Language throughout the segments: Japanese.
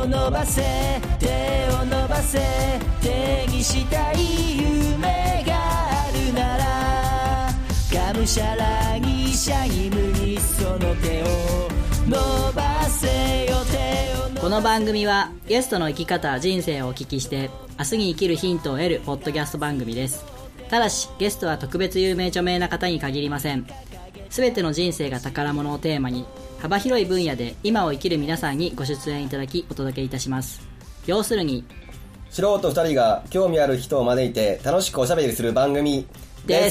伸ばせ手を伸ばせ手にしたい夢があるならがむしゃらにシャイムにその手を伸ばせよ手を。この番組はゲストの生き方人生をお聞きして明日に生きるヒントを得るポッドキャスト番組です。ただしゲストは特別有名著名な方に限りません。すべての人生が宝物をテーマに幅広い分野で今を生きる皆さんにご出演いただきお届けいたします。要するに素人2人が興味ある人を招いて楽しくおしゃべりする番組です。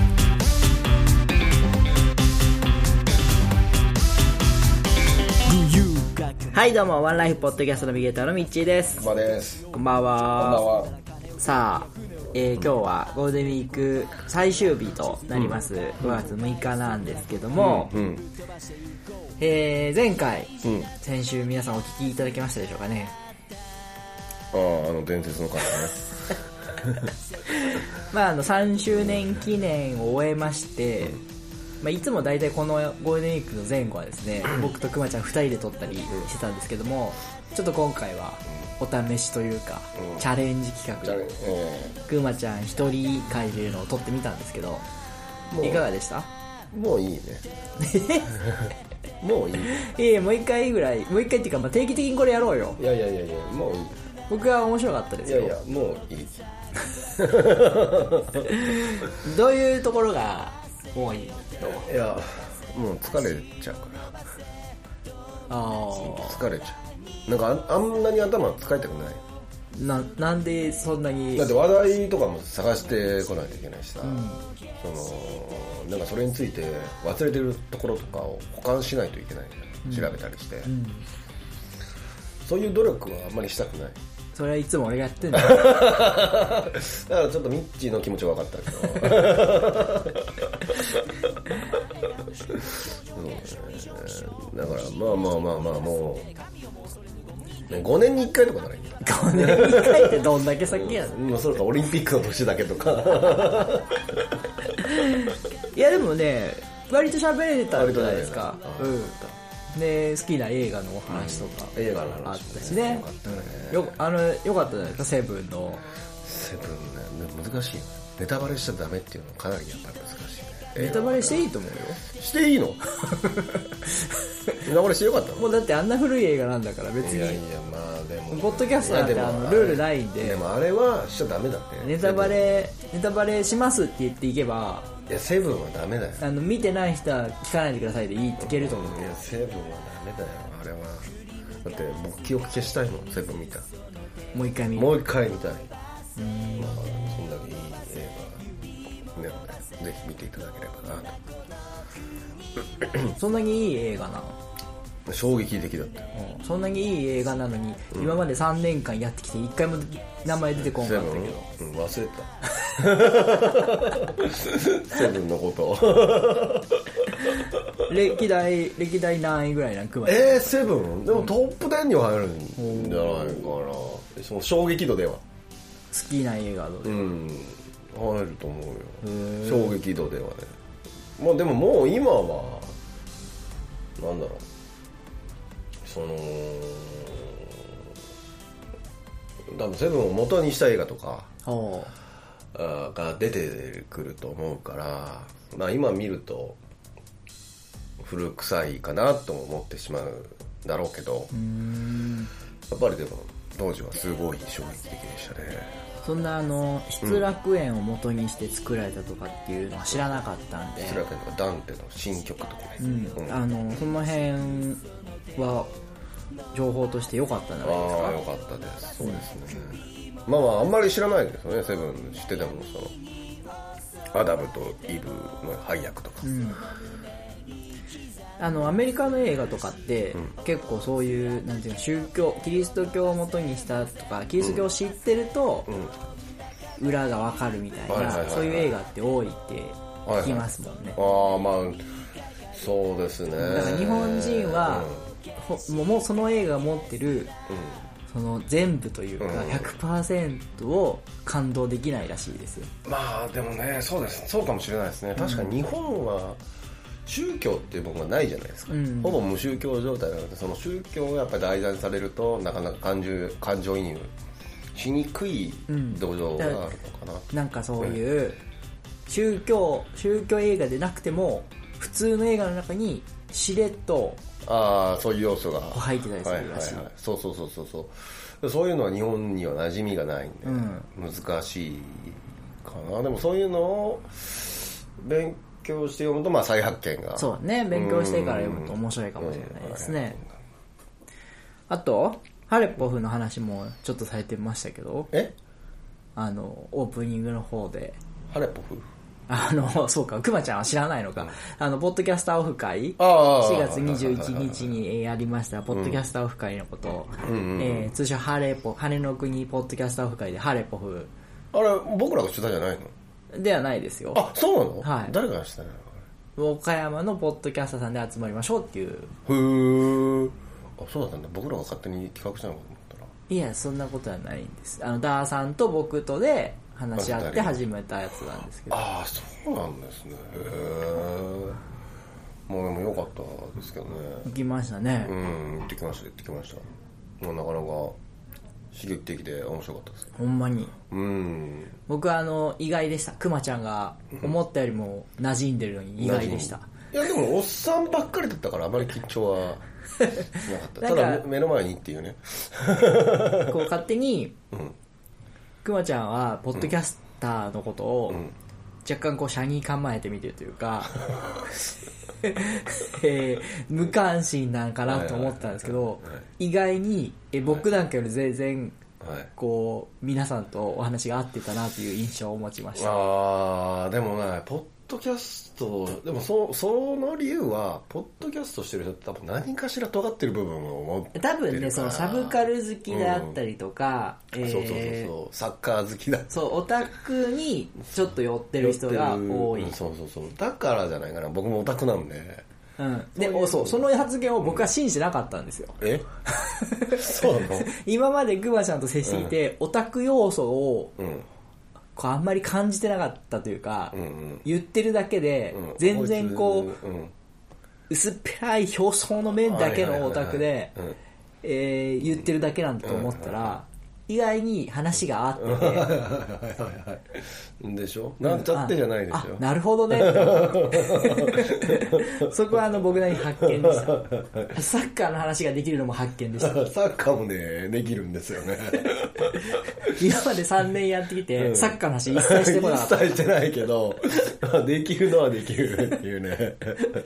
はいどうもワンライフポッドキャストナビゲーターのミッチーです。 こんばんです。 こんばんは。さあ、今日はゴールデンウィーク最終日となります、5月6日なんですけども、前回、先週皆さんお聞きいただけましたでしょうかね。 伝説の方ねまあ3周年記念を終えまして、いつも大体このゴールデンウィークの前後はですね、僕とくまちゃん2人で撮ったりしてたんですけども、ちょっと今回はお試しというか、チャレンジ企画で、くまちゃん一人会というのを撮ってみたんですけど、いかがでした？ もういいねもういいもう一回ぐらい、もう一回っていうか、定期的にこれやろうよ。 いやもういい。僕は面白かったですよ。 もういいどういうところが多い？ いやもう疲れちゃうから疲れちゃう。なんかあんなに頭使いたくない。 なんでそんなに。 だって話題とかも探してこないといけないしさ、なんかそれについて忘れてるところとかを補完しないといけない、調べたりして、そういう努力はあんまりしたくない。 それはいつも俺がやってんだよだからちょっとミッチーの気持ちは分かったけどだからまあもう5年に1回とかならいい。 5年に1回ってどんだけ先やねん。 それかオリンピックの年だけとかいやでもね割と喋れてたんじゃないですか。で好きな映画のお話とかあったしね。よかったじゃないですか。セブンね難しい。ネタバレしちゃダメっていうのはかなりやっぱり難しいね。 ネタバレしていいと思うよ。 していいのネタバレしてよかったの？ もうだってあんな古い映画なんだから別に。 まあでもポッドキャストなんてルールないんで。 でもあれはしちゃダメだって。 ネタバレしますって言っていけば。 いやセブンはダメだよ。 見てない人は聞かないでくださいでいけると思う。 いやセブンはダメだよあれは。だって僕記憶消したいもん。セブン見た。 もう一回見たい。 そんだけいい映画ね、ぜひ見ていただければなとそんなにいい映画なの？ 衝撃的だった。 そんなにいい映画なのに、今まで3年間やってきて1回も名前出てこんかったけど、 忘れたセブンのこと歴代何位ぐらいなんくまセブンでもトップ10には入るんじゃないかな。その衝撃度では好きな映画度で入ると思うよ。衝撃度ではね。まあでももう今はなんだろう、多分セブンを元にした映画とかが出てくると思うから、まあ今見ると古臭いかなと思ってしまうだろうけど、やっぱりでも当時はすごい衝撃的でしたね。 そんな失楽園を元にして作られたとかっていうのは知らなかったんで。 失楽園とかダンテの新曲とかね、 その辺は情報として良かったんじゃないですか。 良かったです。そうですね。まああんまり知らないですよね。セブン知っててもアダムとイブの配役とか、 アメリカの映画とかって、結構そういうなんていうの、宗教キリスト教を元にしたとかキリスト教を知ってると、裏がわかるみたいな、そういう映画って多いって聞きますもんね。 まあそうですね。 だから日本人は、もうその映画が持ってる、その全部というか 100% を感動できないらしいですよ。 まあでもね、そうかもしれないですね。確かに日本は宗教っていうものがないじゃないですか、ほぼ無宗教状態なので、その宗教をやっぱり題材にされるとなかなか感情移入しにくい土壌があるのかな、 なんかそういう宗教映画でなくても普通の映画の中にしれっとそういう要素が入ってたりするらしい、 そういうのは日本には馴染みがないんで、難しいかな。でもそういうのを勉強して読むと再発見が、 そうね、勉強してから読むと面白いかもしれないですね。あとハレポフの話もちょっとされてましたけど、オープニングの方でハレポフそうか、くまちゃんは知らないのか。ポッドキャスターオフ会、4月21日にやりました、ポッドキャスターオフ会のことを、通称羽の国ポッドキャスターオフ会でハレポフ。 あれ、僕らが主催じゃないの？ではないですよ。 あ、そうなの？ はい。 誰がしたの？ 岡山のポッドキャスターさんで集まりましょうっていう。 へー。あ、そうだったんだ。僕らが勝手に企画したのかと思ったら。 いや、そんなことはないんです。ダーさんと僕とで、話し合って始めたやつなんですけど。 そうなんですね。へー。もうでも良かったですけどね。 行きましたね。 行ってきました。もうなかなか刺激的で面白かったです。 ほんまに。僕は意外でした。くまちゃんが思ったよりも馴染んでるのに意外でした。 いやでもおっさんばっかりだったからあまり緊張はなかった。ただ目の前にっていうね。 こう勝手に、くまちゃんはポッドキャスターのことを若干車に構えてみてるというか、無関心なんかなと思ったんですけど、意外に僕なんかより全然こう皆さんとお話が合ってたなという印象を持ちました。 でもね、ポッドキャストでもその理由はポッドキャストしてる人って多分何かしら尖ってる部分を持ってるから。 多分ね、そのサブカル好きであったりとか、 そうサッカー好きだ、 オタクにちょっと寄ってる人が多い。 そうだからじゃないかな。僕もオタクなんで。 でその発言を僕は信じてなかったんですよ。 そうなの？ 今までグマちゃんと接していて、オタク要素をあんまり感じてなかったというか、言ってるだけで全然こう薄っぺらい表層の面だけのオタクで言ってるだけなんだと思ったら、意外に話が合っててでしょ、なんちゃってじゃないですよ。 なるほどねそこは僕なりに発見でした。サッカーの話ができるのも発見でした。 サッカーもねできるんですよね今まで3年やってきて、サッカーの話一切してこなかった。 一切してないけどできるのはできるっていうね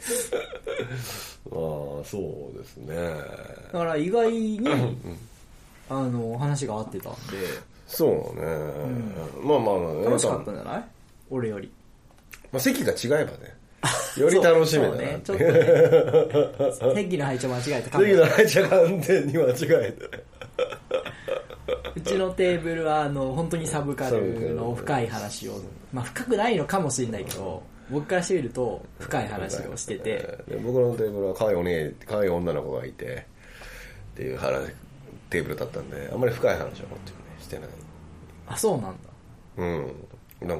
そうですね。 だから意外に話が合ってたんで。 そうね、 楽しかったんじゃない？俺より。 席が違えばね、より楽しめたな。ね、ちょっとね、席の配置を間違えた。 席の配置は完全に間違えた。うちのテーブルは本当にサブカルの深い話を、深くないのかもしれないけど、僕からしてみると深い話をしてて、 僕のテーブルは可愛い女の子がいてっていうテーブルだったんで、あんまり深い話はもってしてない。 そうなんだ。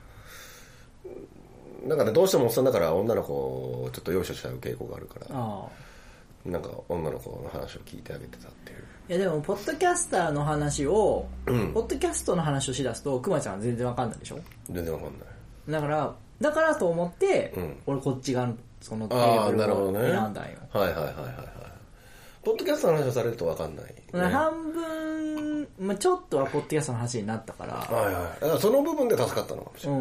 なんかね、どうしてもおっさんだから女の子をちょっと容赦しちゃう傾向があるから、なんか女の子の話を聞いてあげてたっていう。 いやでもポッドキャスターの話を、ポッドキャストの話をしだすとくまちゃんは全然わかんないでしょ。 全然わかんない。 だからと思って、俺こっち側のそのテーブルを選んだんよ。 ポッドキャストの話をされると分かんない、ね、 半分、ちょっとはポッドキャストの話になったから、 だからその部分で助かったのかもしれない、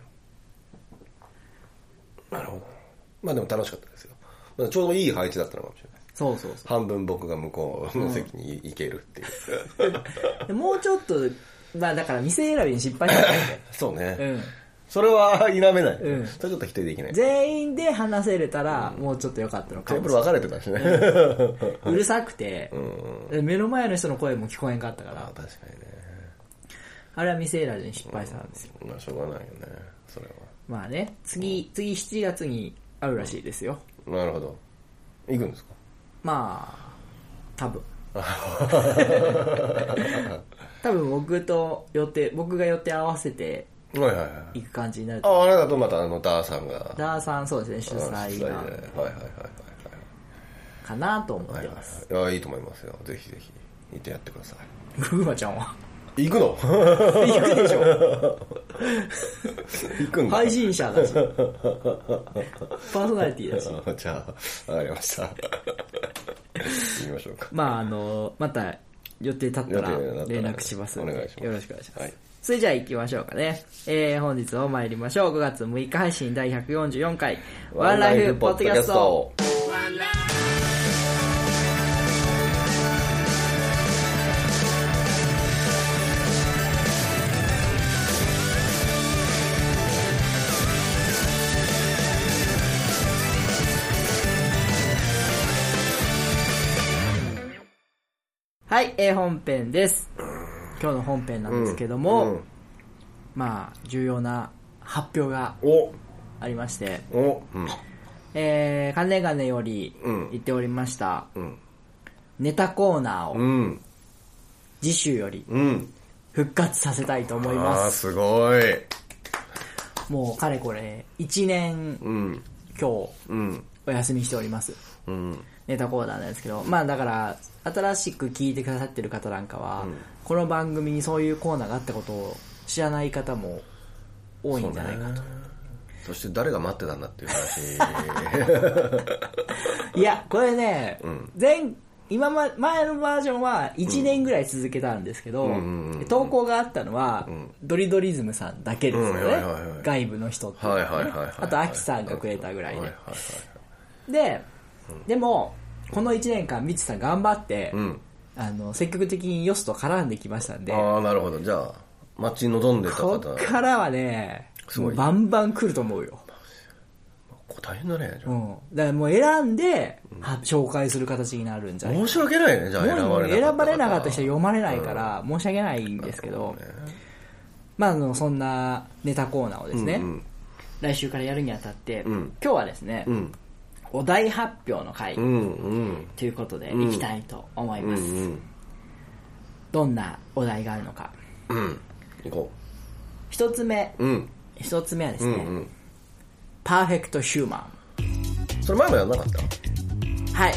なるほど。でも楽しかったですよ。ちょうどいい配置だったのかもしれない。 そう半分僕が向こうの席に行けるっていう、 もうちょっとだから店選びに失敗したんだよねそうね、それは否めない、それちょっと否定できない。 全員で話せれたらもうちょっと良かったのかもしれない。 テーブル分かれてたしね、 うるさくて、目の前の人の声も聞こえんかったから。 確かにね。 あれは店選びに失敗したんですよ。 しょうがないよね、それは。 次7月にあるらしいですよ。 なるほど。行くんですか？ 多分多分僕が予定合わせて行く感じになると。あれだとまたダーさんが。 ダーさん、そうですね、主催な。 はいはいはいはい。 かなと思ってます。 はいはい、いいと思いますよ。ぜひぜひ、行ってやってください。 ぐーまちゃんは行くの行くでしょ行くんだ。 配信者だし。パーソナリティだし。 じゃあ、わかりました。行きましょうか。 また予定立ったら連絡します。 お願いします。 よろしくお願いします。はい、それじゃあ行きましょうかね。本日も参りましょう。5月6日配信第144回ワンライフポッドキャスト。はい、本編です。今日の本編なんですけども、まあ重要な発表がありまして、かねがねより言っておりました、ネタコーナーを次週より復活させたいと思います。 すごい。 もうかれこれ1年今日お休みしております。ネタコーナーなんですけど、まあだから新しく聞いてくださってる方なんかは、この番組にそういうコーナーがあったことを知らない方も多いんじゃないかと。 そして誰が待ってたんだっていう話。 いやこれね、前のバージョンは1年ぐらい続けたんですけど、投稿があったのは、ドリドリズムさんだけですよね、外部の人って、あとアキさんがくれたぐらいで、でもこの1年間ミツさん頑張って、積極的にヨスと絡んできましたんで。 ああ、なるほど。じゃあ待ち望んでた方、 こっからはねもうバンバン来ると思うよ。 大変だね。 だからもう選んで、紹介する形になるんじゃないか。 申し訳ないね。じゃあ選ばれなかった人は読まれないから、申し訳ないんですけど、まあそんなネタコーナーをですね、来週からやるにあたって、今日はですね、お題発表の回ということでいきたいと思います。どんなお題があるのか。 行こう。 一つ目はですね、パーフェクトヒューマン。 それ前もやんなかった？ はい。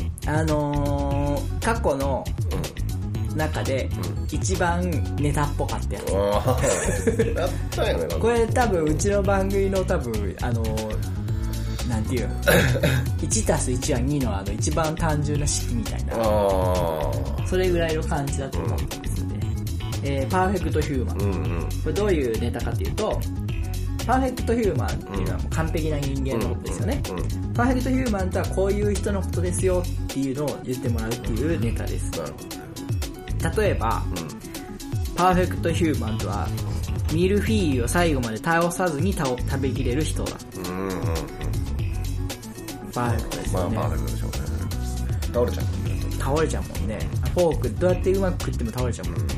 過去の中で一番ネタっぽかったやつ。 やったよね。 これ多分うちの番組のなんていう1+1 は2の一番単純な式みたいな、それぐらいの感じだと思うんですね。パーフェクトヒューマン、これどういうネタかっていうと、パーフェクトヒューマンっていうのはもう完璧な人間のことですよね。パーフェクトヒューマンとはこういう人のことですよっていうのを言ってもらうっていうネタです。例えば、パーフェクトヒューマンとはミルフィーユを最後まで倒さずに食べきれる人だ。パーフェクトですよね。 まあパーフェクトでしょうね。倒れちゃうもんね。 フォークどうやってうまく食っても倒れちゃうもんね。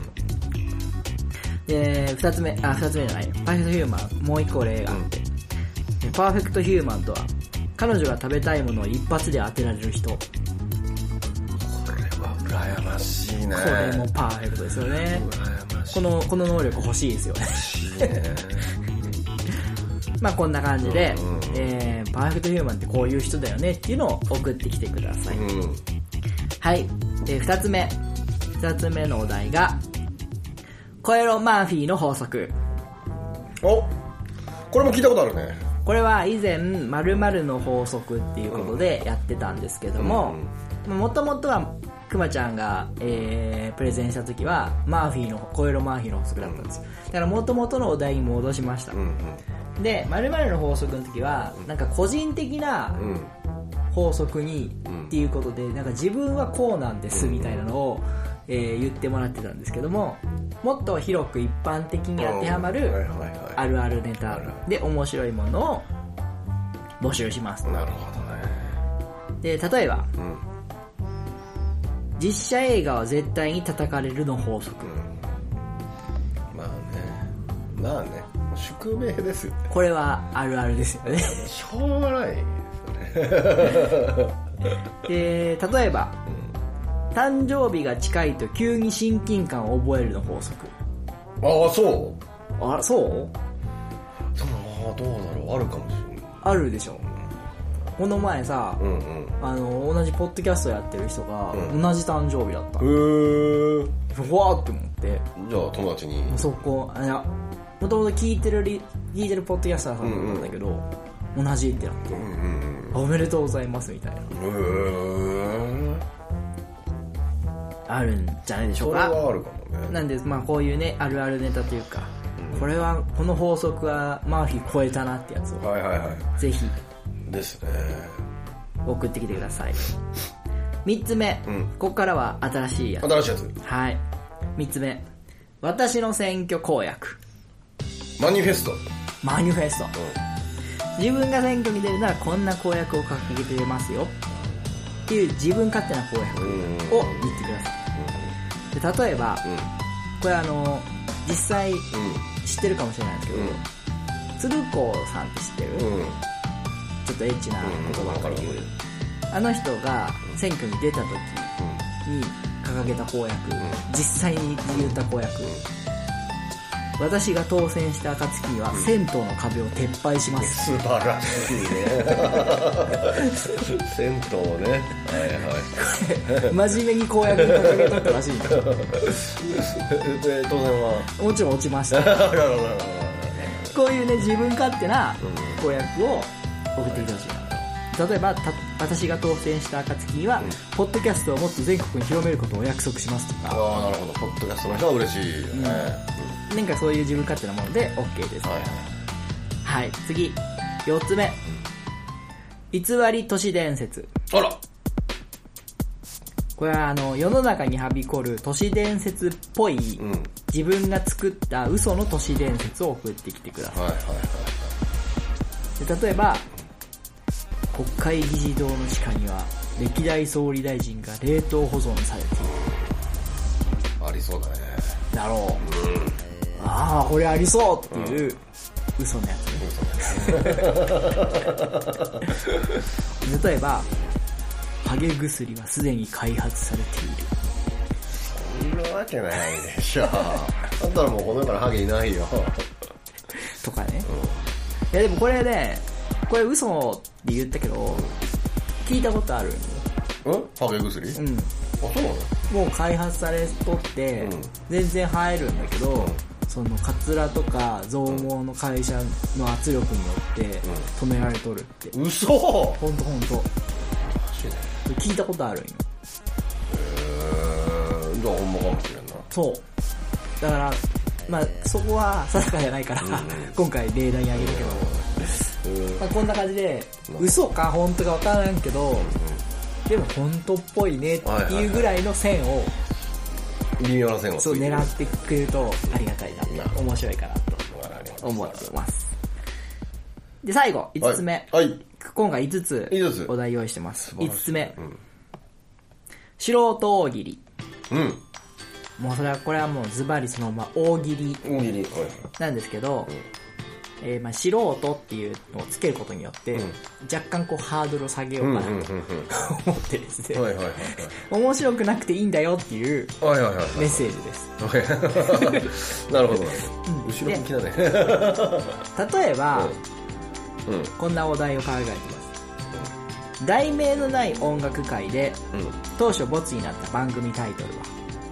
で、二つ目じゃない。パーフェクトヒューマン、もう一個例があって、パーフェクトヒューマンとは彼女が食べたいものを一発で当てられる人。これは羨ましいね。 これもパーフェクトですよね。羨ましい。この能力欲しいですよね。欲しいね。まあこんな感じで、パーフェクトヒューマンってこういう人だよねっていうのを送ってきてください。はい。で、二つ目のお題が、コエロ・マーフィーの法則。 これも聞いたことあるね。 これは以前〇〇の法則っていうことでやってたんですけども、もともとはくまちゃんが、プレゼンした時はコエロ・マーフィーの法則だったんですよ。だからもともとのお題に戻しました。で、〇〇の法則の時はなんか個人的な法則にっていうことで、なんか自分はこうなんですみたいなのを、言ってもらってたんですけども、もっと広く一般的に当てはまるあるあるネタで面白いものを募集します。 なるほどで、 ね。 例えば、実写映画は絶対に叩かれるの法則。 まあね宿命ですよね。 これはあるあるですよね。 しょうがないですよね。 で、例えば、誕生日が近いと急に親近感を覚えるの法則。 そう？ そう？ どうだろう、あるかもしれない。 あるでしょ。この前さ、 うんうん、 同じポッドキャストやってる人が同じ誕生日だった。 へー。 ふわーって思って。 じゃあ友達に。 そこ、いや、もともと聞いてるポッドキャスターさんなんだけど、同じってなって、おめでとうございますみたいな。あるんじゃないでしょうか。 それはあるかもね。 なんで、まあこういうね、あるあるネタというか、これは、この法則はマーフィー超えたなってやつを、 はいはいはい。 ぜひ、 ですね。 送ってきてください。3つ目、ここからは新しいやつ。 新しいやつ。 はい。3つ目、私の選挙公約。 マニフェスト。 マニフェスト。自分が選挙に出るならこんな公約を掲げてますよっていう自分勝手な公約を言ってください。で例えば、これ実際知ってるかもしれないですけど、鶴光さんって知ってる？ちょっとエッチな言葉ばっかり言う。あの人が選挙に出た時に掲げた公約、実際に言った公約、私が当選した暁には銭湯の壁を撤廃します。 素晴らしいね。銭湯ね。はいはい。 真面目に公約に掲げとったらしいんだ。 当選はもちろん落ちました。こういうね、自分勝手な公約を送ってきてほしいな。例えば私が当選した暁には、ポッドキャストをもっと全国に広めることをお約束しますとか。 ああ、なるほど。ポッドキャストの人は嬉しいよね。 なんかそういう自分勝手なもので OK です。はい、次4つ目、偽り都市伝説。 あら、 これは世の中にはびこる都市伝説っぽい、自分が作った嘘の都市伝説を送ってきてください。で例えば、国会議事堂の地下には歴代総理大臣が冷凍保存されている。 ありそうだね。 だろう。ああ、これありそうっていう嘘のやつね。例えば、ハゲ薬はすでに開発されている。 そんなわけないでしょ。あんたらもうこの世からハゲいないよ。 とかね。いやでもこれね、これ嘘って言ったけど、聞いたことある。 ハゲ薬？あ、そうなの？ もう開発されとって、全然生えるんだけど、そのカツラとか増毛の会社の圧力によって止められとるって。 嘘？ ほんと。聞いたことあるんよ。 じゃあほんまかもしれんな。 そう。だから、まあそこは定かじゃないから、今回例題にあげるけど、まあ、こんな感じで、嘘か本当かわからんけど、でも本当っぽいねっていうぐらいの線を、 微妙な線をそう狙ってくれるとありがたいな、面白いかなと思ってます。で最後5つ目、今回5つお題用意してます。5つ目、素人大喜利。もうこれはもうズバリそのまま大喜利なんですけど、まあ素人っていうのをつけることによって、若干こうハードルを下げようかなと思ってですね、面白くなくていいんだよっていうメッセージです。 なるほど。後ろ向きだね。 例えば、こんなお題を考えてます。題名のない音楽会で、当初ボツになった番組タイトルは。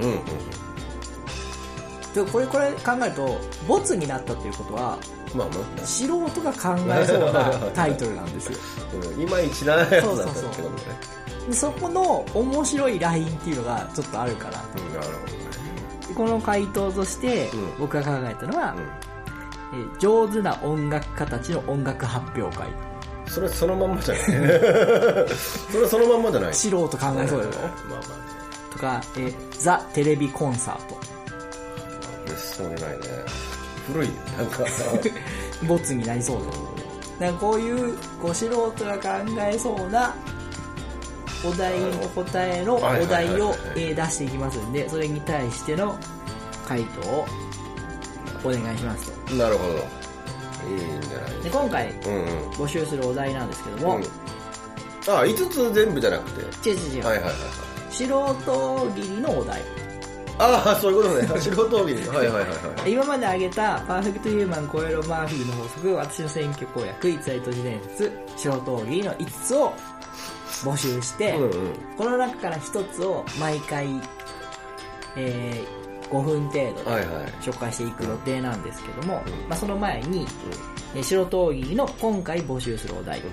でこれ考えると、ボツになったっていうことは、素人が考えそうなタイトルなんですよ。 いまいちなやつだったけどね。 そこの面白いラインっていうのがちょっとあるから。 なるほどね。 この回答として僕が考えたのは、上手な音楽家たちの音楽発表会。 それそのまんまじゃないそれそのまんまじゃない。 素人考えそうだよ。とか、ザ・テレビコンサート。 そうでないね。古いね。なんかボツになりそうだよ。なんかこういう素人が考えそうなお題の答えのお題を出していきますんで、それに対しての回答をお願いしますと。 なるほど。いいんじゃないで今回募集するお題なんですけども、 5つ全部じゃなくて。 違う。素人切りのお題。 ああ、そういうことね。素人大喜利。はいはいはいはい。 今まで挙げたパーフェクトヒューマン、コエロマーフィーの法則、私の選挙公約、偽りと自伝説、素人大喜利の5つを募集して、この中から1つを毎回、5分程度で紹介していく予定なんですけども、まあ、その前に、素人大喜利の今回募集するお題、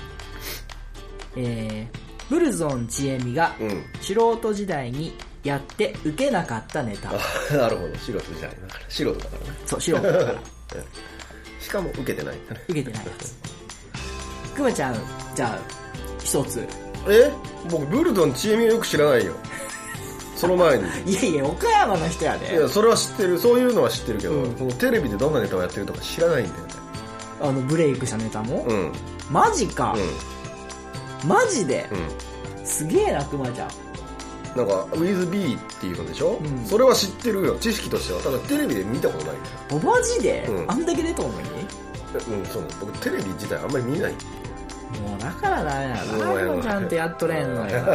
ブルゾンちえみが素人時代にやって受けなかったネタ。 なるほど、素人時代だから。素人だからね。 そう、素人だから。 しかも受けてない。 受けてないやつ。くまちゃん、じゃあ、一つ。 僕、ブルゾンちえみをよく知らないよ。その前に。 いやいや、岡山の人やで。 いや、それは知ってる。そういうのは知ってるけど、そのテレビでどんなネタをやってるとか知らないんだよね。 ブレイクしたネタもマジか。マジで、すげえな、くまちゃん。 なんか、WithB っていうのでしょ、それは知ってるよ、知識としては。ただテレビで見たことないんだよ。マジで、あんだけ出とんのにそう。僕テレビ自体あんまり見ない。 もうだからダメだな。ちゃんとやっとれんのよ。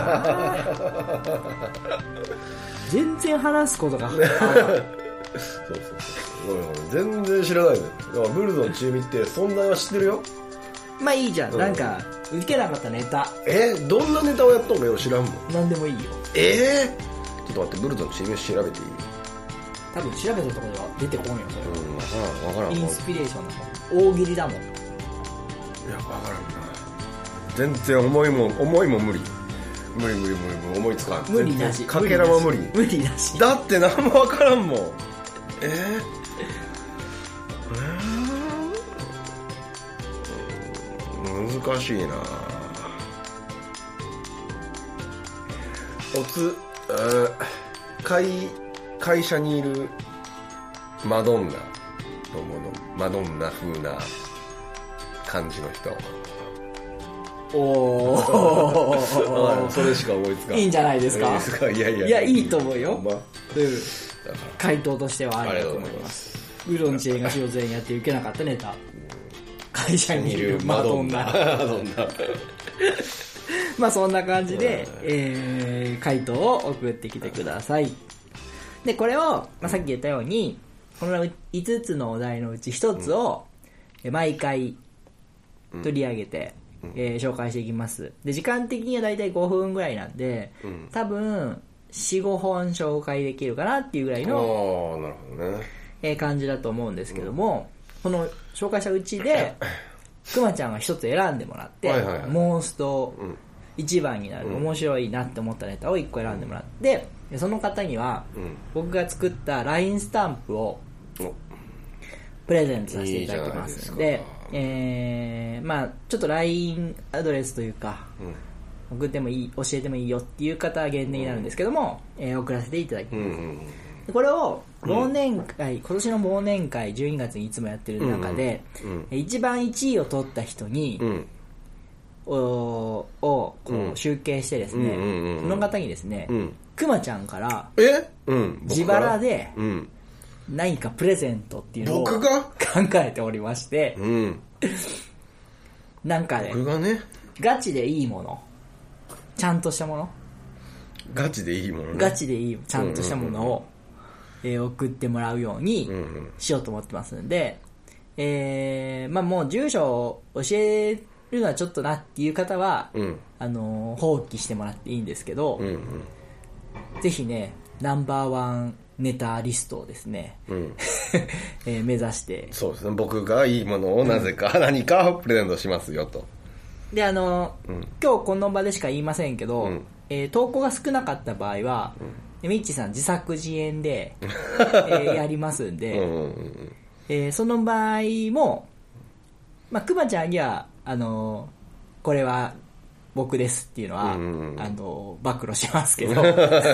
全然話すことが。そう。 全然知らないのよ。だからブルゾンちえみって存在は知ってるよ。 まあいいじゃん。なんか、受けなかったネタ。 どんなネタをやっとんのよ、知らんもん。 なんでもいいよ。 ちょっと待って、ブルゾンちえみを調べていい？ 多分調べたところでは出てこんよ、それは。 わからん。 インスピレーションの大喜利だもん。いや、 わからんな。全然思いも無理。無理。思いつかん。 無理なし。 かけらも無理。 無理なし。 だって何もわからんもん。難しいな。会社にいるマドンナのもの、マドンナ風な感じの人。それしか思いつかん。 いいんじゃないですか。 いやいいと思うよ。回答としてはありだと思います。ウロンチェが仕事にやって受けなかったネタ。会社にいるマドンナ。まあそんな感じで、回答を送ってきてください。で、これを、さっき言ったように、この5つのお題のうち1つを、毎回取り上げて、紹介していきます。で、時間的にはだいたい5分ぐらいなんで、多分、4、5本紹介できるかなっていうぐらいの、 なるほどね。 感じだと思うんですけども、この紹介したうちで、くまちゃんが1つ選んでもらって、モンスト1番になる、面白いなって思ったネタを1個選んでもらって、その方には、僕が作った LINE スタンプをプレゼントさせていただきますので、まあちょっと LINE アドレスというか、送ってもいい、教えてもいいよっていう方は限定になるんですけども、送らせていただきます。これを忘年会、今年の忘年会12月にいつもやってる中で、一番1位を取った人に、こう集計してですね、その方にですね、くまちゃんから自腹で何かプレゼントっていうのを考えておりまして、なんかね、ガチでいいもの、ちゃんとしたもの、 ガチでいいものね、 ガチでいいちゃんとしたものを送ってもらうようにしようと思ってますんで、まあもう住所を教えるのはちょっとなっていう方は、放棄してもらっていいんですけど、ぜひね、ナンバーワンネタリストをですね、目指して。 そうですね、僕がいいものをなぜか、何かプレゼントしますよと。 で、今日この場でしか言いませんけど、投稿が少なかった場合は、ミッチーさん自作自演で、やりますんで、その場合も、まあ、くまちゃんには、これは僕ですっていうのは、暴露しますけど、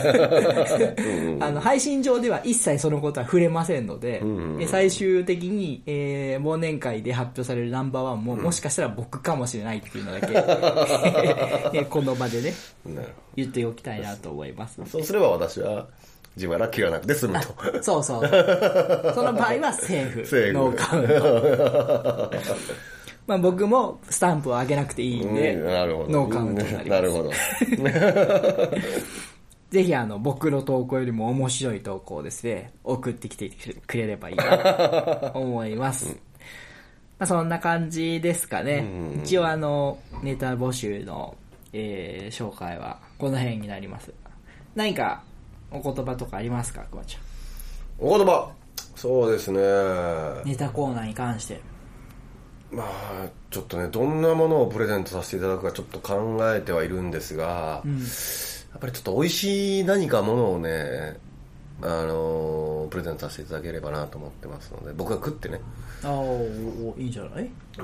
配信上では一切そのことは触れませんので、最終的に、忘年会で発表されるナンバーワンも、もしかしたら僕かもしれないっていうのだけ、この場でね、言っておきたいなと思います。 そうすれば私は、自腹切らなくて済むと。 そう。その場合はセーフ。ノーカウント。まあ僕もスタンプを上げなくていいんで、ノーカウントになります。なるほど。 ぜひ僕の投稿よりも面白い投稿をですね、送ってきてくれればいいなと思います。まあそんな感じですかね。一応ネタ募集の、紹介はこの辺になります。何かお言葉とかありますか、くまちゃん。 お言葉、そうですね。 ネタコーナーに関して。 まあちょっとね、どんなものをプレゼントさせていただくかちょっと考えてはいるんですが、やっぱりちょっと美味しい何かものをね、プレゼントさせていただければなと思ってますので、僕が食ってね。 いいんじゃない？ だ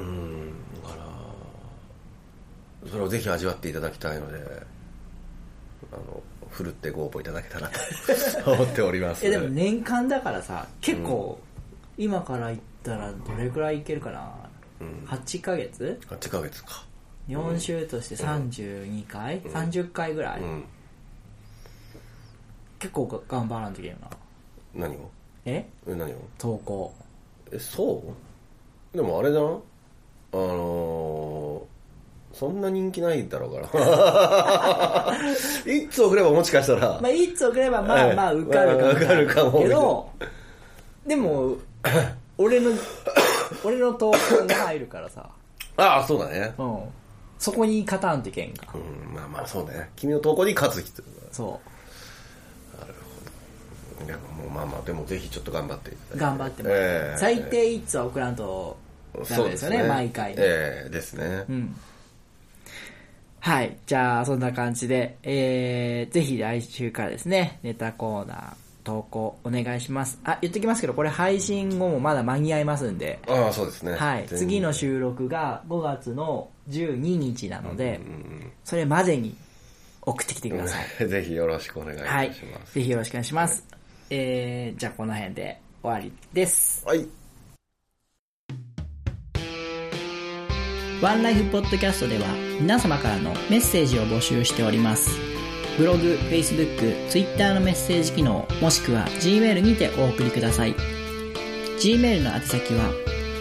からそれをぜひ味わっていただきたいので、ふるってご応募いただけたらと思っております。 でも年間だからさ、結構、今から言ったらどれくらいいけるかな、8ヶ月 ?8 ヶ月か。 4週として32回、30回ぐらい、結構頑張らんといけんな。 何を？何を？投稿。 そうでもあれだな、そんな人気ないだろうから一つ送ればもしかしたら、 まあ一つ送ればまあまあ受かるかもけど、でも俺の投稿が入るからさ。 ああ、そうだね。 そこに勝たんといけんか。 まあまあそうだね。君の投稿に勝つ必要だ。 そう。 なるほど。いやもうまあまあでもぜひちょっと頑張っていただいて。頑張ってもら最低一つは送らんとダメですよね、毎回。 ですね。 はい。じゃあ、そんな感じで、ぜひ来週からですね、ネタコーナー、投稿お願いします。言っときますけど、これ配信後もまだ間に合いますんで。 そうですね。 はい。次の収録が5月の12日なので、それまでに送ってきてください。 ぜひよろしくお願いいたします。はい。 ぜひよろしくお願いします。じゃあ、この辺で終わりです。 はい。 ワンライフポッドキャストでは皆様からのメッセージを募集しております。ブログ、Facebook、Twitter のメッセージ機能、もしくは Gmail にてお送りください。Gmail の宛先は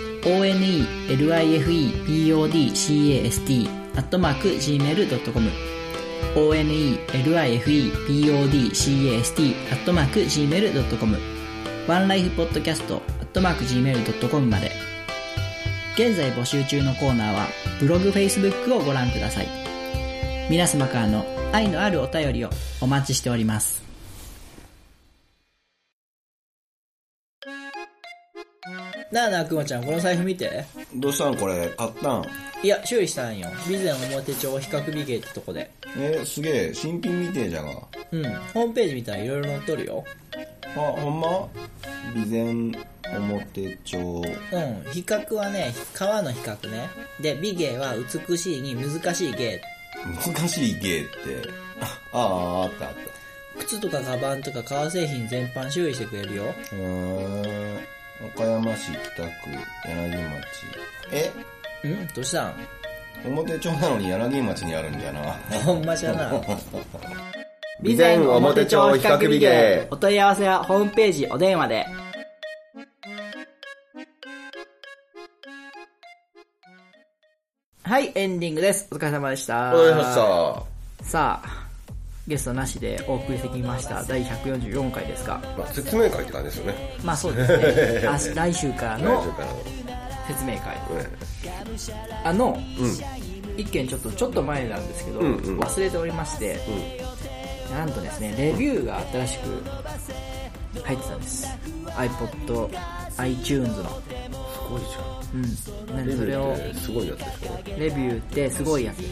onelifepodcast@gmail.com onelifepodcast@gmail.com ワンライフポッドキャスト@gmail.com まで。現在募集中のコーナーはブログ、Facebook をご覧ください。皆様からの愛のあるお便りをお待ちしております。なあなあ、くまちゃん、この財布見て。 どうしたんこれ、買ったん？ いや、修理したんよ。備前表帳比較美芸ってとこで。 すげえ、新品みてえじゃが。 ホームページ見たらいろいろ載っとるよ。 ほんま？備前表帳。 比較はね、川の比較ね。で、美芸は美しいに難しい芸。 難しい芸って、あった。 靴とかカバンとか革製品全般修理してくれるよ。 岡山市北区柳町。 どうしたん？ 表町なのに柳町にあるんじゃな。 ほんまじゃな。 備前表町比較美芸。 お問い合わせはホームページ、お電話で。はい、エンディングです。お疲れ様でした。 お疲れ様でした。 さあ、ゲストなしでお送りしてきました第144回ですが、 説明会って感じですよね。 まあそうですね。来週からの説明会。一件ちょっと前なんですけど、忘れておりまして、なんとですね、レビューが新しく入ってたんです。iPod、iTunes の。 すごいじゃん。 なんでそれをすごいやつでしょ。 レビューってすごいやつです。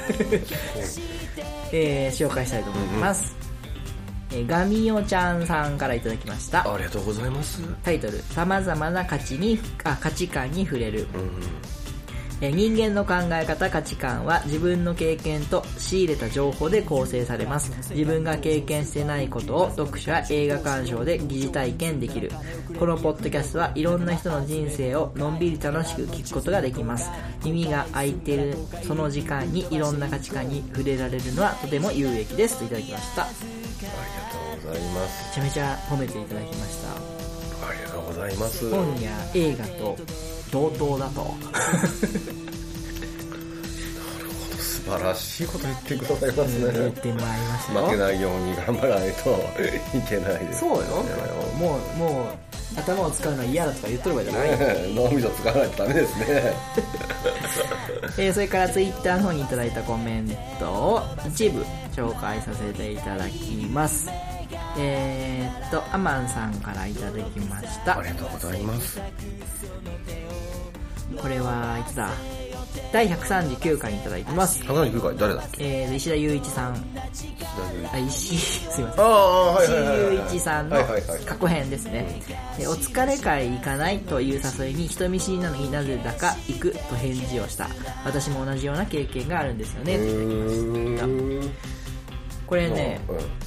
紹介したいと思います。ガミオちゃんさんからいただきました。 ありがとうございます。 タイトル、様々な価値観に触れる。人間の考え方、価値観は自分の経験と仕入れた情報で構成されます。自分が経験してないことを読書や映画鑑賞で疑似体験できる。このポッドキャストはいろんな人の人生をのんびり楽しく聞くことができます。耳が開いているその時間にいろんな価値観に触れられるのはとても有益ですといただきました。ありがとうございます。 めちゃめちゃ褒めていただきました。 ありがとうございます。 本や映画と同等だと。 なるほど、素晴らしいこと言ってくださいますね。 言ってまいりましたよ。 負けないように頑張らないといけないです、ね。 そうよ。もう頭を使うのは嫌だとか言っとるわけじゃない。 脳みそ使わないとダメですね。 それからツイッターの方にいただいたコメントを一部紹介させていただきます。アマンさんからいただきました。 ありがとうございます。 これはいつだ、第139回にいただいてます。 139回誰だっけ？ 石田雄一さん。すいません。石田雄一さんの過去編ですね。お疲れ会行かないという誘いに人見知りなのになぜだか行くと返事をした。私も同じような経験があるんですよね。これね、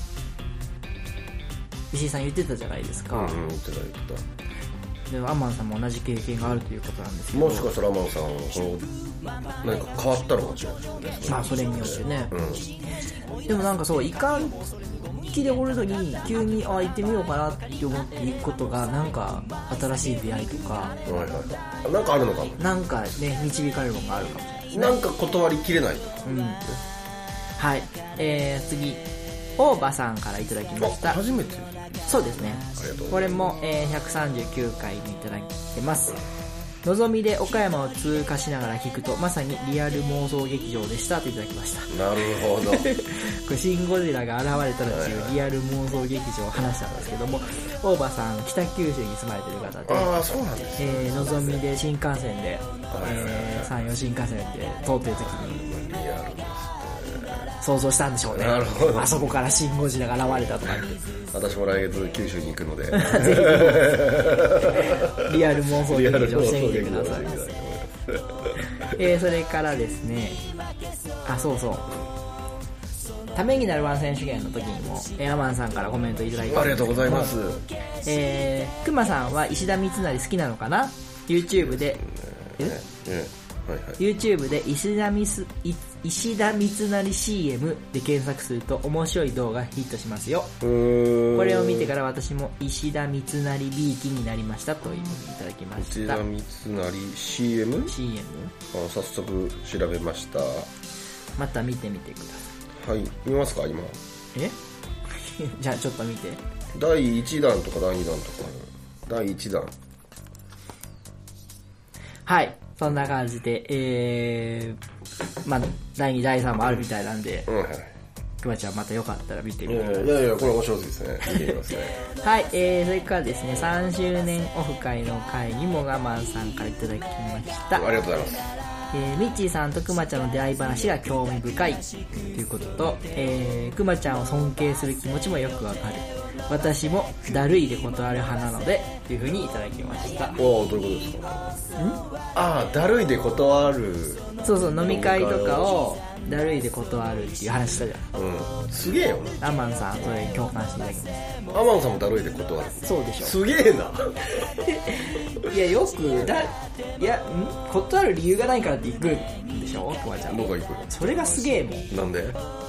石井さん言ってたじゃないですか。 言ってた。 でアマンさんも同じ経験があるということなんですけど、 もしかしたらアマンさん何か変わったのかもしれないですね。 まあそれによってね、でもなんかそういかん気でおるのに急に行ってみようかなって思って行くことがなんか新しい出会いとか、 なんかあるのかも。 なんかね導かれるものがあるかもしれないですね。 なんか断りきれないとか。はい。 次大場さんからいただきました。 初めて？ そうですね。これも、139回にいただいてます。のぞみで岡山を通過しながら聞くとまさにリアル妄想劇場でしたといただきました。 なるほど。これシン・ゴジラが現れたらっていうリアル妄想劇場を話したんですけども、大場さん北九州に住まれてる方で、 ああそうなんですね。 のぞみで新幹線で、山陽新幹線で通ってる時にリアルです想像したんでしょうね。 なるほど。 あそこからシン・ゴジラが現れたとかって。 私も来月九州に行くのでぜひリアル妄想劇場してみてください。それからですね、そうためになるワン選手権の時にもアマンさんからコメントいただいてありがとうございます。 くまさんは石田三成好きなのかな。 YouTube でYouTube で石田三成 CM で検索すると面白い動画ヒットしますよ。これを見てから私も石田三成 B 期になりましたというふうにいただきました。 石田三成 CM？ 早速調べました。 また見てみてください。 はい、見ますか今？ じゃあちょっと見て。 第1弾とか第2弾とか。第1弾。 はい。そんな感じで、第2、第3もあるみたいなんで、くまちゃんまたよかったら見てみてください。 いや、これ面白いですね。見てみますね。 はい、それからですね、3周年オフ会の会にも我慢さんからいただきました。 ありがとうございます。 ミッチーさんとくまちゃんの出会い話が興味深いということと、くまちゃんを尊敬する気持ちもよくわかる。私もだるいで断る派なのでという風にいただきました。 どういうことですか？だるいで断る。 そう飲み会とかをだるいで断るっていう話したじゃん。すげえよな。アマンさんそれ共感していただきました。アマンさんもだるいで断る。 そうでしょ。 すげえな。 いやよく断る理由がないからって行くんでしょ、くまちゃん。 僕は行く。 それがすげえもん。 なんで？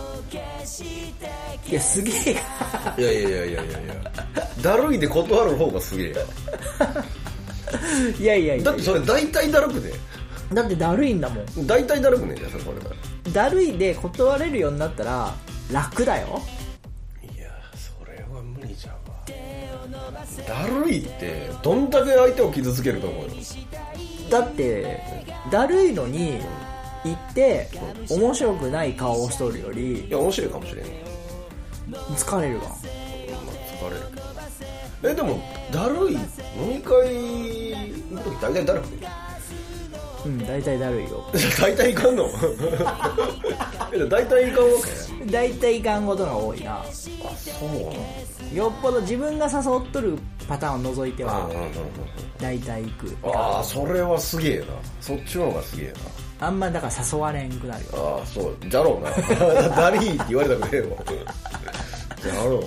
いやすげえ。 いやだるいで断る方がすげえ。 いやだってそれ大体だるくね。 だってだるいんだもん。 大体だるくねえじゃんそれ。 だるいで断れるようになったら楽だよ。 いやそれは無理じゃんわ。だるいってどんだけ相手を傷つけると思うよ。 だってだるいのに行って面白くない顔をしとるより、 いや面白いかもしれん。 疲れるわ。 疲れるけど。でもだるい飲み会の時大体だるくね。 大体だるいよ。 大体いかんの？大体いかんわけ？大体いかんことが多いな。 そうよっぽど自分が誘っとるパターンを除いては大体行く。 それはすげえな。そっちの方がすげえな。 あんまだから誘われんくなるよ。 そうじゃろうな。ダリーって言われたくねえもん。じゃろうな。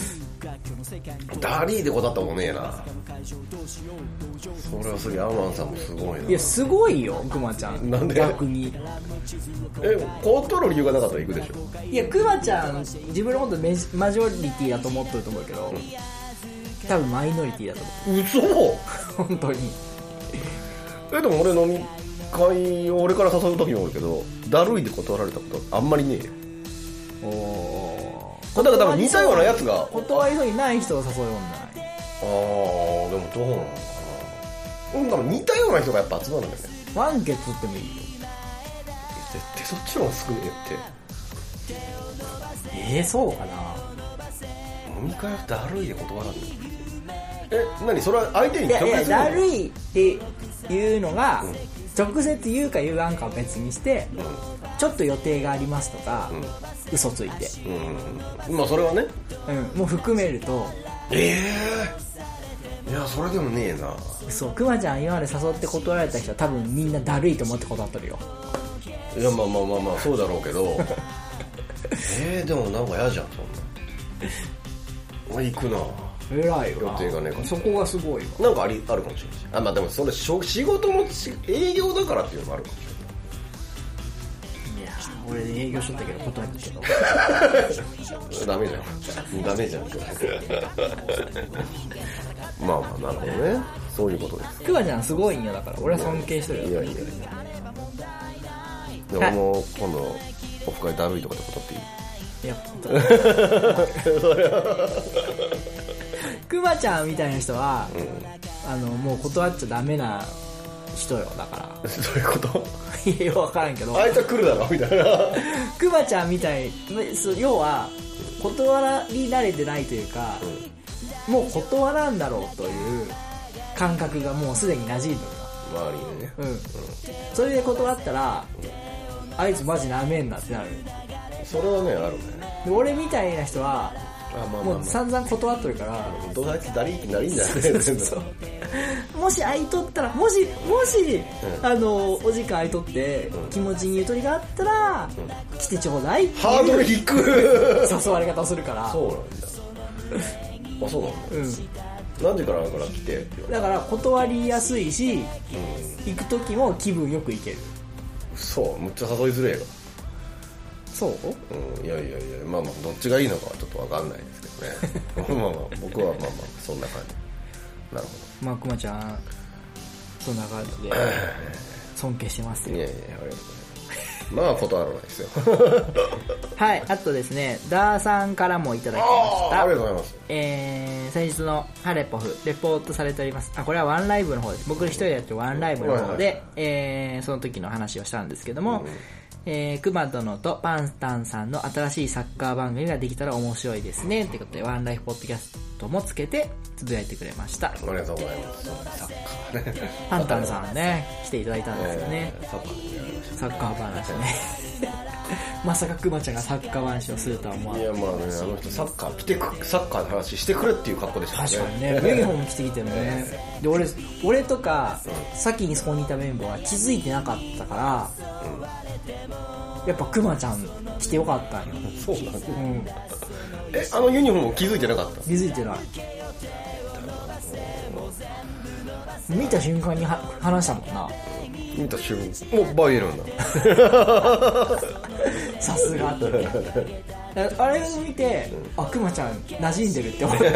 ダリーで断ったもんねえな。それはすげえ。アマンさんもすごいな。 いやすごいよくまちゃん。 なんで？ 逆に断る理由がなかったら行くでしょ。 いやくまちゃん自分のことマジョリティだと思ってると思うけど、多分マイノリティだと思う。 嘘？ 本当に。 でも俺飲み回俺から誘う時も多いけど、だるいで断られたことあんまりねえ。だから多分似たようなやつが断りそうにない人を誘うようにならない。 でもどうなのかな。多分似たような人がやっぱ集まるんだよね。 ワンケツってもいいよ。 絶対そっちの方が少ねえって。そうかな。 飲み会はだるいで断らんの。何それは相手に直接。 いやだるいっていうのが、直接言うか言わんかは別にして、ちょっと予定がありますとか、嘘ついて。 まあそれはね。 もう含めると。 いやそれでもねえな。 そう、くまちゃん今まで誘って断られた人は多分みんなだるいと思って断っとるよ。 いやまあそうだろうけどでもなんか嫌じゃんそんな。行くな。 偉いよ。 予定がねえから。 そこがすごいわ。 なんかあるかもしれない。まあでもそれ仕事も営業だからっていうのもあるかもしれない。いや俺営業しとったけど断ったけど。 ダメじゃん。まあなるほどね。そういうことです。 くまちゃんすごいんよ。だから俺は尊敬してるよ。 いやでももう今度オフ会だるいとかで断っていい？ いやくまちゃんみたいな人は、もう断っちゃダメな人よ。だからどういうこと？ いや分からんけど、 あいつは来るだろみたいな。 くまちゃんみたい、要は断り慣れてないというか、もう断らんだろうという感覚がもうすでに馴染んでるよ。周りにね。 それで断ったら、あいつマジなめんなってなる。 それはねあるね。 で俺みたいな人はもう散々断っとるから、 どうやってだりーってなりんじゃない。 もし空いとったら、もし、お時間空いとって気持ちにゆとりがあったら、来てちょうだいっていうハードル低く誘われ方をするから。 そうなんだ。そうなんだ。何時から来てって言われる。 だから断りやすいし、行く時も気分よく行ける。 そうむっちゃ誘いづれえよ。 そう？ いやまあどっちがいいのかはちょっと分かんないですけどね。まあ僕はそんな感じ。なるほど。 まあくまちゃんそんな感じで尊敬してますよ。 いやありがとうございます。まあ断らないですよ。 はい。あとですね、ダーさんからもいただきました。 ありがとうございます。 先日のハレポフレポートされております。これはワンライブの方です。僕一人でやってるワンライブの方で、その時の話をしたんですけども、くま殿とパンタンさんの新しいサッカー番組ができたら面白いですねということで、ワンライフポッドキャストもつけてつぶやいてくれました。 ありがとうございます。サッカーね。 パンタンさんね、来ていただいたんですよね。サッカー話ね。まさかくまちゃんがサッカー話をするとは思わない。 いやまあね、あの人サッカーの話してくれっていう格好でしたね。 確かにね、ユニフォーム着てきてるね。で、俺とか、先にそこにいたメンバーは気づいてなかったから、やっぱクマちゃん来てよかったんよ。 そうなんです。あのユニフォーム気づいてなかった？ 気づいてない。見た瞬間に話したもんな。 見た瞬間、もうバイエルンだ。 さすがと。あれを見て、クマちゃん馴染んでるって思った。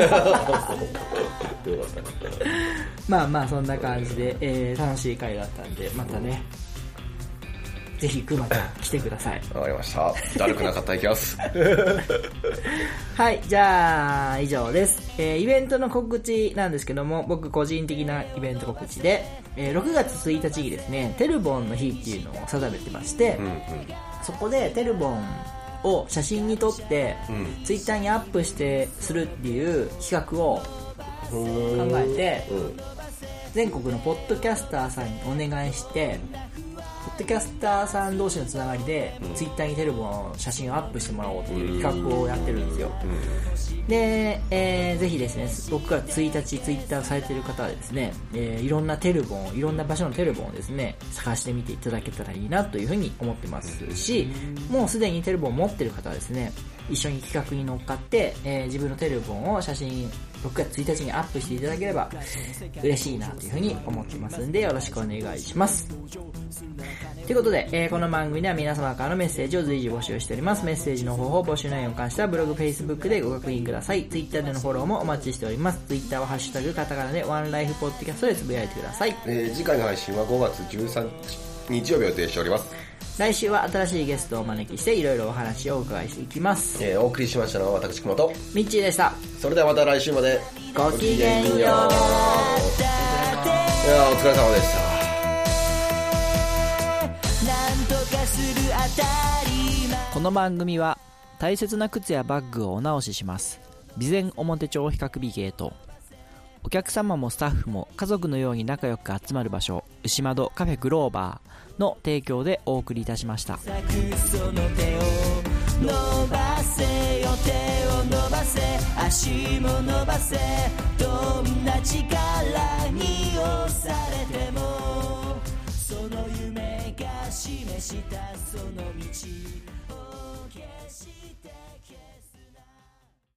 まあそんな感じで、楽しい回だったんで、またね。ぜひくまちゃん来てください。 わかりました。だるくなかったら行きます。 はい、じゃあ以上です。イベントの告知なんですけども、僕個人的なイベント告知で、6月1日にですね、テルボンの日っていうのを定めてまして、そこでテルボンを写真に撮って、ツイッターにアップするっていう企画を考えて、全国のポッドキャスターさんにお願いして、ポッドキャスターさん同士のつながりで、ツイッターにテルボの写真をアップしてもらおうっていう企画をやってるんですよ。で、ぜひですね、6月1日ツイッターされてる方はですね、いろんなテルボン、いろんな場所のテルボンをですね、探してみていただけたらいいなというふうに思ってますし、もうすでにテルボンを持ってる方はですね、一緒に企画に乗っかって、自分のテルボンを写真6月1日にアップしていただければ嬉しいなというふうに思ってますんで、よろしくお願いします。ということで、この番組では皆様からのメッセージを随時募集しております。メッセージの方法、募集内容に関してはブログ、Facebook でご確認ください。Twitter でのフォローもお待ちしております。Twitter はハッシュタグカタカナでワンライフポッドキャストでつぶやいてください。 次回の配信は5月13日日曜日を予定しております。 来週は新しいゲストをお招きしていろいろお話をお伺いしていきます。 お送りしましたのは私熊とミッチーでした。 それではまた来週までごきげんよう。いやお疲れ様でした。 この番組は大切な靴やバッグをお直しします備前表帳比較美ゲート、お客様もスタッフも家族のように仲良く集まる場所牛窓カフェグローバーの提供でお送りいたしました。その手を伸ばせよ、手を伸ばせ、足も伸ばせ、どんな力に押されてもその夢が示したその道を決して消せ